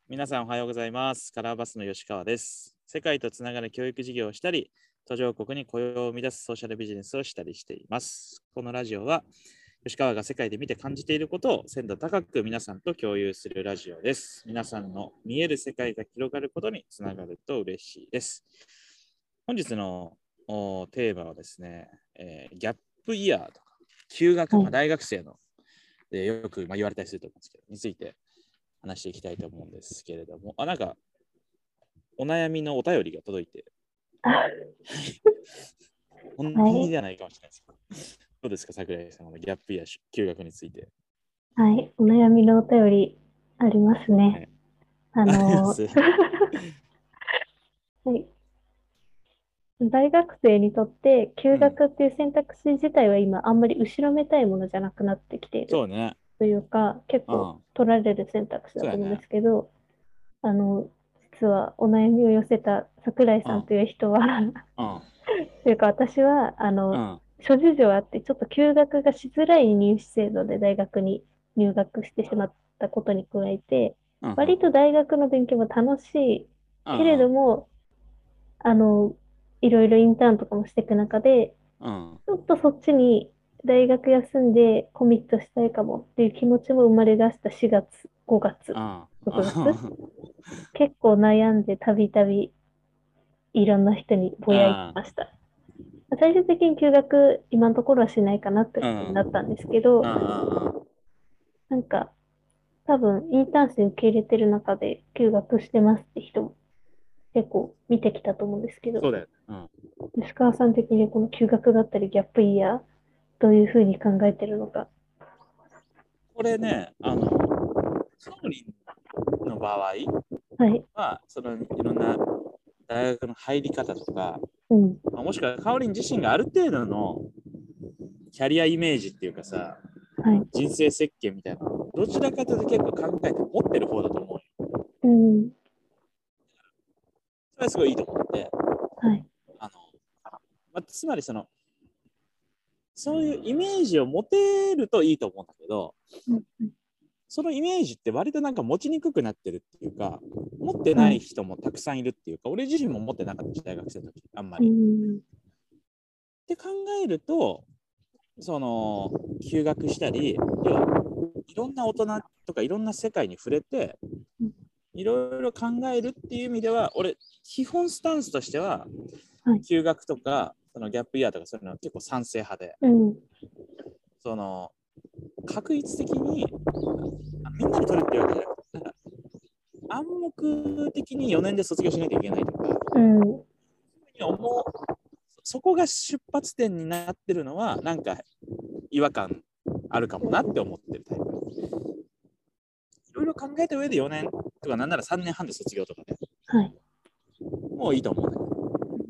皆さんおはようございます。カラーバスの吉川です。世界とつながる教育事業をしたり、途上国に雇用を生み出すソーシャルビジネスをしたりしています。このラジオは、吉川が世界で見て感じていることを鮮度高く皆さんと共有するラジオです。皆さんの見える世界が広がることにつながると嬉しいです。本日のテーマはですね、ギャップイヤーとか、休学、大学生のでよく言われたりすると思うんですけど、について話していきたいと思うんですけれども、なんかお悩みのお便りが届いて、本当ではないかもしれないですけど、どうですか、桜井さんのギャップイヤー休学について。 はい、お悩みのお便りありますね。あありまの、 す。 はい、大学生にとって休うん、 学っていう選択肢自体は今あんまり後ろめたいものじゃなくなってきているそうね。 というか、結構うん、 取られる選択肢だと思うんでそうやね。 すけど、あの、実はお悩みを寄せた桜井うん、 さんという人はうん、 というか私は、 うん、 諸事情あってちょっと休学がしづらい入試制度で大学に入学してしまったことに加えて、 うん、うん、 割と大学の勉強も楽しいけれうん、 ども、あの、いろいろインターンとかもしていく中で、 うん、 ちょっとそっちに大学休んでコミットしたいかもっていう気持ちも生まれ出した4月、5月、 うん、 6月。結構悩んでたびたびいろんな人にぼやいてました。最終的に休学今のところはしないかなってうん、 ことにうん、 なったんですけど、なんか多分インターン生受け入れてる中で休学してますって人も結構見てきたと思うんですけど、 そうだよ。うん。 石川さん的にこの休学だったりギャップイヤー、どういうふうに考えてるのか。 これね、カオリンの場合はい。 は、そのいろんな大学の入り方とか、 うん。 もしくはカオリン自身がある程度のキャリアイメージっていうかさ、 はい。 人生設計みたいな、どちらかというと結構考えて持ってる方だと思うよ。 うん。 それはすごいいいと思って、 はい。 あのつまりそういうイメージを持てるといいと思うんだけど、 うん。 そのイメージって割となんか持ちにくくなってるっていうか、持ってないはい。 人もたくさんいるっていうか、俺自身も持ってなかったし、大学生の時、あんまうり。 ん。 って考えると、休学したり、要はいろんな大人とかいろんな世界に触れて、いろいろ考えるっていう意味では、俺、基本スタンスとしては、 はい。 休学とか、そのギャップイヤーとかそういうのは結構賛成派で、 うん。 その、確率的に、みんなに取るっていうわけじゃなくて、なんか暗黙的に4年で卒業しなきゃいけないとか、 うん。 そこが出発点になってるのは、なんか違和感あるかもなって思ってるタイプ。いろいろ考えた上で4年とか、なんなら3年半で卒業とかね、 はい。 もういいと思うんだけど。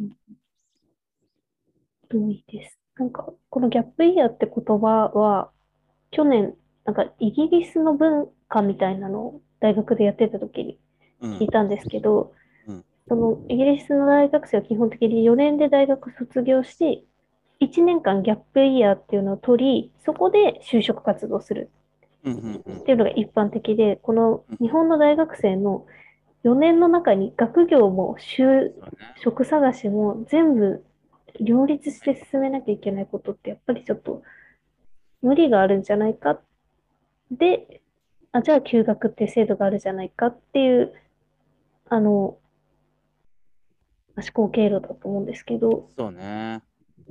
同意です。なんか、このギャップイヤーって言葉は、去年、なんかイギリスの文化みたいなのを大学でやってた時にうん、 聞いたんですけど、 うん、 そのイギリスの大学生は基本的に4年で大学卒業し、1年間ギャップイヤーっていうのを取り、そこで就職活動するうん、うん、うん。 っていうのが一般的で、この日本の大学生の4年の中に学業も就そうね。 職探しも全部両立して進めなきゃいけないことってやっぱりちょっと無理があるんじゃないか。で、じゃあ休学っていう制度があるじゃないかっていう、あの、思考経路だと思うんですけど、 そうね。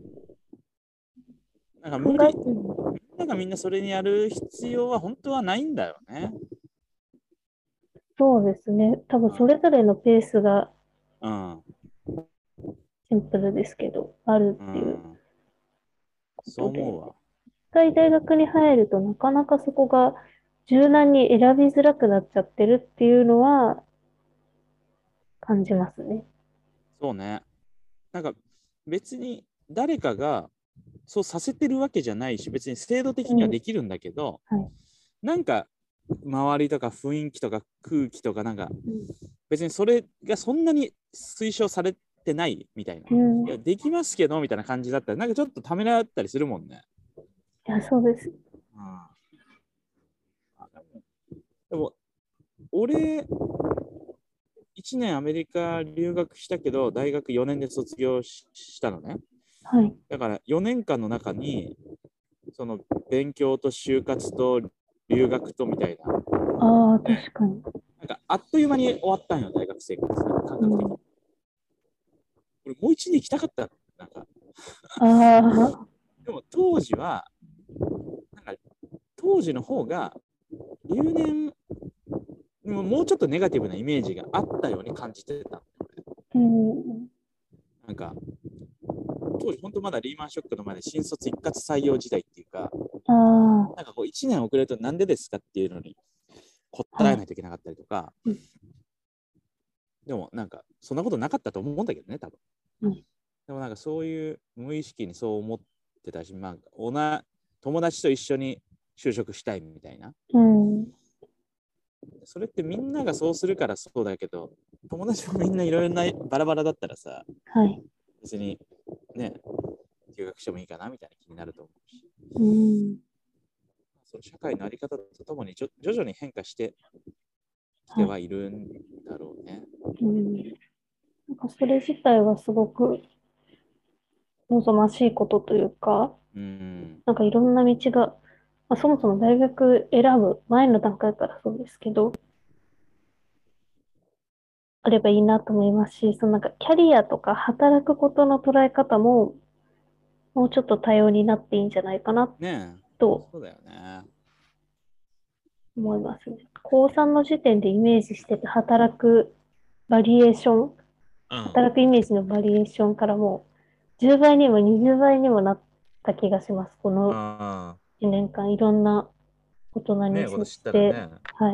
なんか無理、 うん、 みんなそれにやる必要は本当はないんだよね。 そうですね。多分それぞれのペースがうん、 シンプルですけど、あるうっていうん、そうことで、 思うわ。 一回大学に入るとなかなかそこが柔軟に選びづらくなっちゃってるっていうのは感じますね。 そうね。なんか別に誰かがそうさせてるわけじゃないし、別に制度的うん。 にはできるんだけど、 はい。 なんか周りとか雰囲気とか空気とかなんかうん。 別にそれがそんなに推奨されてないみたいな。 うん。 いや、できますけどみたいな感じだったら、なんかちょっとためらったりするもんね。 いや、そうです。 うん、でも俺、1年アメリカ留学したけど、大学4年で卒業したのね。 はい。 だから4年間の中に、その勉強と就活と留学とみたいな、 ああ、 ね、 確かに。 なんかあっという間に終わったんよ、大学生活。感覚的に。俺、もう1年行きたかったの。なんかああ、 でも当時は、なんか当時の方が留年もうちょっとネガティブなイメージがあったように感じてた。 うん。 なんか当時本当まだリーマンショックの前で新卒一括採用時代っていうか、 ああ、 なんかこう1年遅れるとなんでですかっていうのに答はい。 えないといけなかったりとか、 うん。 でもなんかそんなことなかったと思うんだけどね、多分。 うん。 でもなんかそういう無意識にそう思ってたし、まあ、友達と一緒に就職したいみたいな。 うん。 それってみんながそうするからそうだけど、友達もみんないろいろなバラバラだったらさ、 はい。 別にね、留学してもいいかなみたいな気になると思うし、 うん。 その社会のあり方とともに徐々に変化してきてはい。 はいるんだろうね。 うん。なんかそれ自体はすごく望ましいことというか、 うん。 なんかいろんな道が、まあ、そもそも大学選ぶ前の段階からそうですけど、あればいいなと思いますし、そのなんかキャリアとか働くことの捉え方も、もうちょっと多様になっていいんじゃないかなねえ、 とそうだよね。 思いますね。高3の時点でイメージしてた働くバリエーション、 うん。 働くイメージのバリエーションからも10倍にも20倍にもなった気がします。このああ、 1年間いろんな大人ねえ、 に接こと知っして、 たらね。 はい。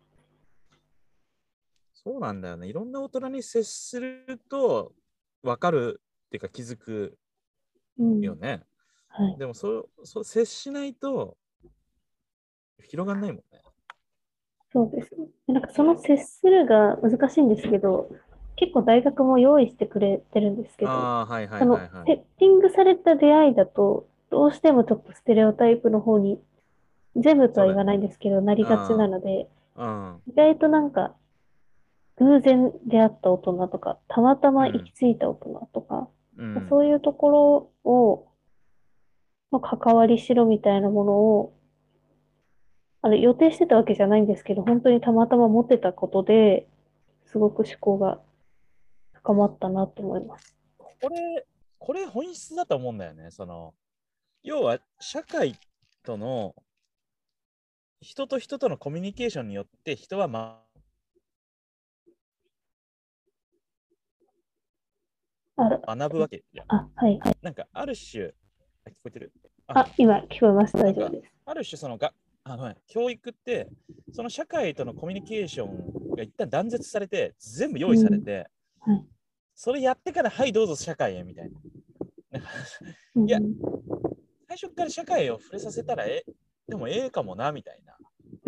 そうなんだよね。いろんな大人に接すると分かるっていうか気づくうん。 よね。 はい。 でもそう接しないと広がんないもんね。 そうですね。でなんかその接するが難しいんですけど、結構大学も用意してくれてるんですけど、 ああ、はいはいはそのいはい。 セッティングされた出会いだと、どうしてもちょっとステレオタイプの方に、全部とは言わないんそうだよね。 ですけど、なりがちなあので、 あ、うん、 意外となんか、偶然出会った大人とか、たまたま行きうん、 着いた大人とか、 うん。 そういうところを、の関わりしろみたいなものを、予定してたわけじゃないんですけど、本当にたまたま持ってたことで、すごく思考が深まったなと思います。 これ、これ本質だと思うんだよね。要は社会との人と人とのコミュニケーションによって人はあら、 学ぶわけじゃん。 はい。 なんかある種、聞こえてる今聞こえます。 なんか大丈夫です。 ある種ごめん教育ってその社会とのコミュニケーションが一旦断絶されて全部用意されうん。 て、 はい。 それやってからはいどうぞ社会へみたいな。いや、 うん。 最初から社会を触れさせたらでもええかもなみたいな。 うん。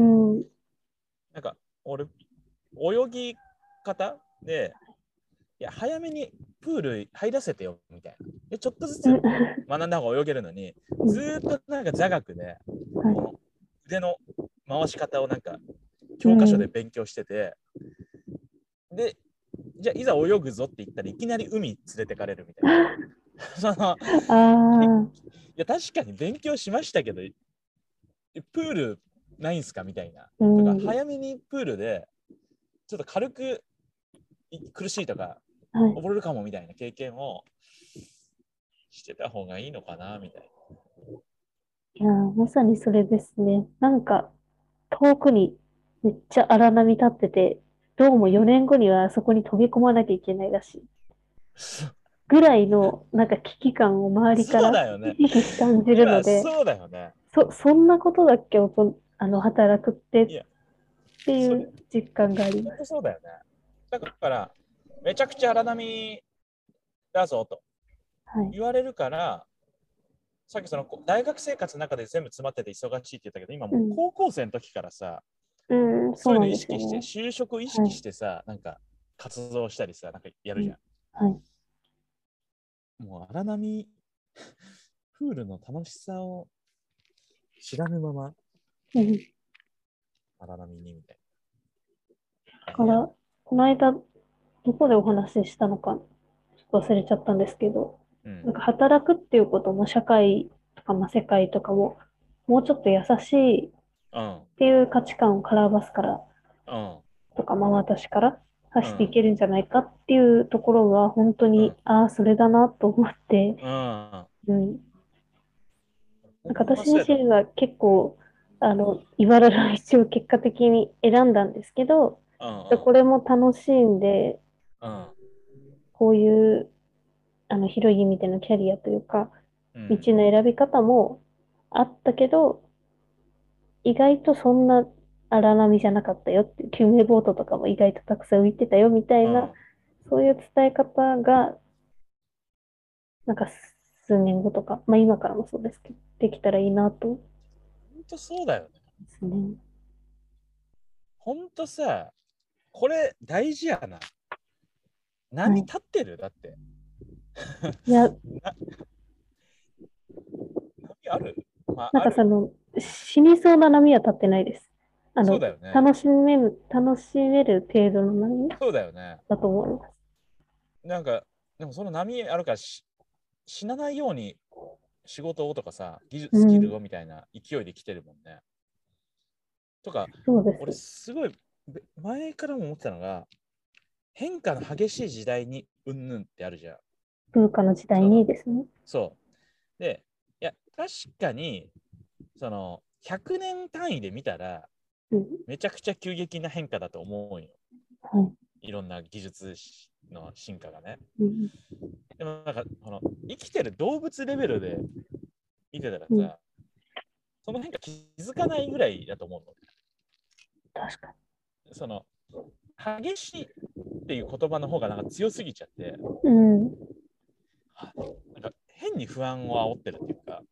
なんか俺泳ぎ方で、いや早めにプール入らせてよみたいな。でちょっとずうん。 つ学んだ方が泳げるのに、 うん。 ずっとなんか座学ではい。 この腕の回し方をなんか教科書でうん。 勉強してて、でじゃあいざ泳ぐぞって言ったらいきなり海連れてかれるみたいな。そのああ、 いや確かに勉強しましたけどプールないんすかみたいな。とかうん。 早めにプールでちょっと軽く苦しいとかはい。 溺れるかもみたいな経験をしてた方がいいのかなみたいいやー、まさにそれですね。なんか、遠くにめっちゃ荒波立ってて、どうな。 もうん、 4年後にはそこに飛び込まなきゃいけないらしい。ぐらいの、なんか危機感を周りかそうらだよね。 ひしひし感じるので、 今そうだよね。 そんなことだっけ、働くってっいや、 ていそれ、 う実感があり本ます。 当そうだよね。だから、めちゃくちゃ荒波だぞとはい。 言われるから、さっきその大学生活の中で全部詰まってて忙しいって言ったけど、今もううん。 高校生の時からさ、 うん、 そういうのそうなん意識して、 ですよね。 就職を意識はい。 してさ、なんか活動したりさ、なんかやうん。 るじゃはい。 ん。もう荒波、プールの楽しさを知らぬままうん。 荒波にみたいから、この間、どこでお話ししたのか、ちょっと忘れちゃったんですけど、なんか働くっていうことも社会とか、まあ、世界とかも、もうちょっと優しいっていう価値観をカラーバスからとか、まあ私から発していけるんじゃないかっていうところが、本当に、ああ、それだなと思って、うん。なんか私自身は結構、茨の道を結果的に選んだんですけど、これも楽しんで、こういう、広い意味でのキャリアというか、道の選び方もあったけど、意外とそんな荒波じゃなかったよっていう、救命ボートとかも意外とたくさん浮いてたよみたいな、そういう伝え方が、なんか数年後とか、まあ今からもそうですけど、できたらいいなと。 本当そうだよね。 ですね。 本当さ、これ大事やな。何立ってる、だって。 いや、 何ある、まあ、 なんか死にそうな波は立ってないです。 そうだよね。 楽しめる程度の波そうだよね。 だと思います。 なんか、でもその波あるから死なないように仕事をとかさ、技術、スキルをみたいな勢いで来てるもんね。とか、俺すごい前からも思ってたのが、変化の激しい時代にうんぬんってあるじゃん。 文化の時代にですね。 そう。で、いや、確かに、100年単位で見たら、めちゃくちゃ急激な変化だと思うよ。いろんな技術の進化がね。でもなんか、生きてる動物レベルで見てたらさ、その変化気づかないぐらいだと思うの。 確かに。激しいっていう言葉の方がなんか強すぎちゃって、なんか変に不安を煽ってるっていうか、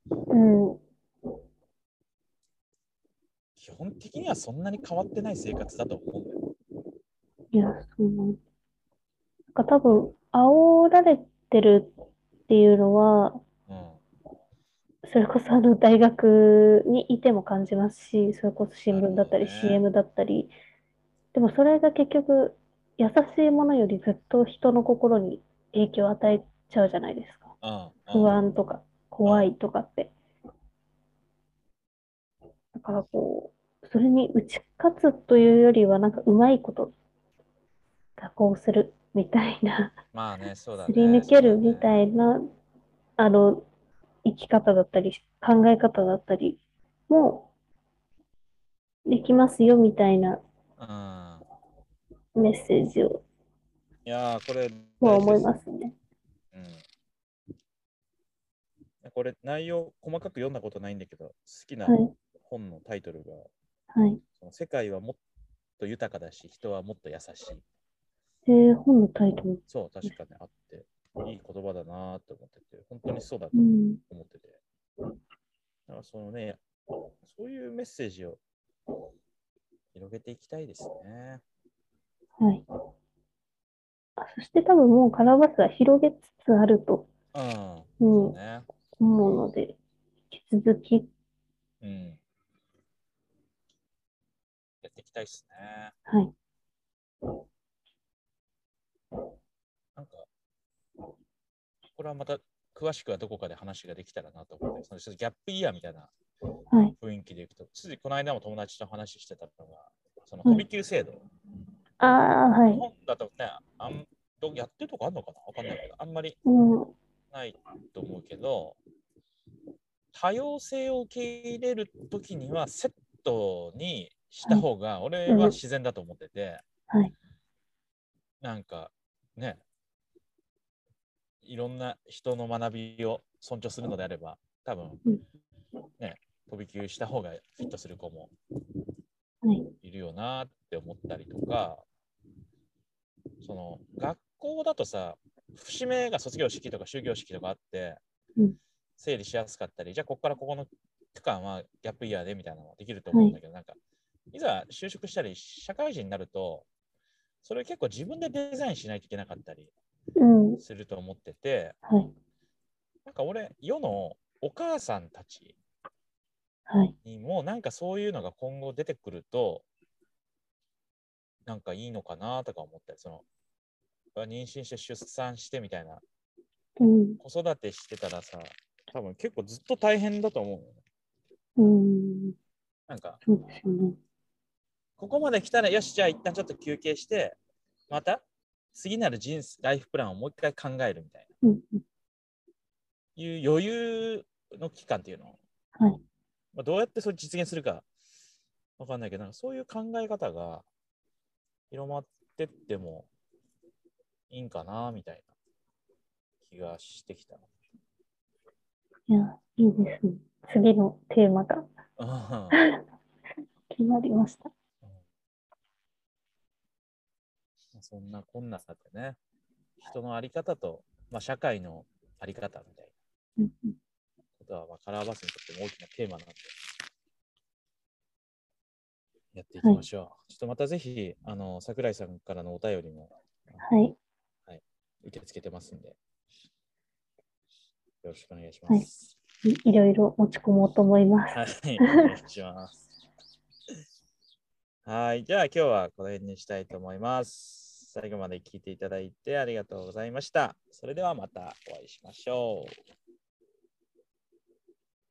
基本的にはそんなに変わってない生活だと思うんだよ。 いや、なんか多分、煽られてるっていうのは、それこそ大学にいても感じますし、それこそ新聞だったり CM だったり、でもそれが結局、優しいものよりずっと人の心に影響を与えちゃうじゃないですか。不安とか怖いとかって。だからそれに打ち勝つというよりは、なんかうまいこと蛇行するみたいな、 まあね、そうだすりね。 抜けるみたいな、あの、生き方だったり、考え方だったりもできますよみたいなメッセージを、 いやー、これは思いますね。 これ内容細かく読んだことないんだけど、好きな本のタイトルが、世界はもっと豊かだし、人はもっと優しい。 本のタイトル。 そう、確かにあって、いい言葉だなと思ってて、本当にそうだと思ってて。だからそういうメッセージを広げていきたいですね。 はい。そして多分もうカラーバスは広げつつあると、思うので、引き続き、 やっていきたいですね。 はい。 なんか、これはまた詳しくはどこかで話ができたらなと思って、ギャップイヤーみたいな雰囲気でいくと、ついこの間も友達と話してたのが、飛び級制度。日本だとね、やってるとこあるのかなわかんないけど、あんまりないと思うけど、多様性を受け入れるときにはセットにした方が俺は自然だと思ってて、なんかね、いろんな人の学びを尊重するのであれば、多分ね、飛び級した方がフィットする子もいるよなって思ったりとか、学校だとさ、節目が卒業式とか終業式とかあって、整理しやすかったり、じゃあここからここの区間はギャップイヤーでみたいなのができると思うんだけど、なんかいざ就職したり社会人になると、それ結構自分でデザインしないといけなかったりすると思ってて、なんか俺、世のお母さんたちにもなんかそういうのが今後出てくるとなんかいいのかなとか思ったり、妊娠して出産してみたいな、 うん。 子育てしてたらさ、多分結構ずっと大変だと思うよね。 うん。 なんか、 そうですよね。 ここまで来たら、よし、じゃあ一旦ちょっと休憩して、また次なるライフプランをもう一回考えるみたいうん。うん。 な、いう余裕の期間っていうのを、 はい。 まあ、どうやってそれ実現するかわかんないけど、なんかそういう考え方が広まってってもいいんかな、みたいな気がしてきた。 いや、いいですね。次のテーマがうん。 決まりました。 そんなこんなでね、人のあり方と、まあ、社会のあり方みたいなうん。うん。 ことは、まあ、カラーバスにとっても大きなテーマなんで、やっていきはい。 ましょう。ちょっとまたぜひ、桜井さんからのお便りも、 はい。 はい、受け付けてますんで、よろしくお願いしまはい。 す。 いろいろ持ち込もうと思います。 はい、お願いします。はい、じゃあ今日はこの辺にしたいと思います。最後まで聞いていただいてありがとうございました。それではまたお会いしましょう。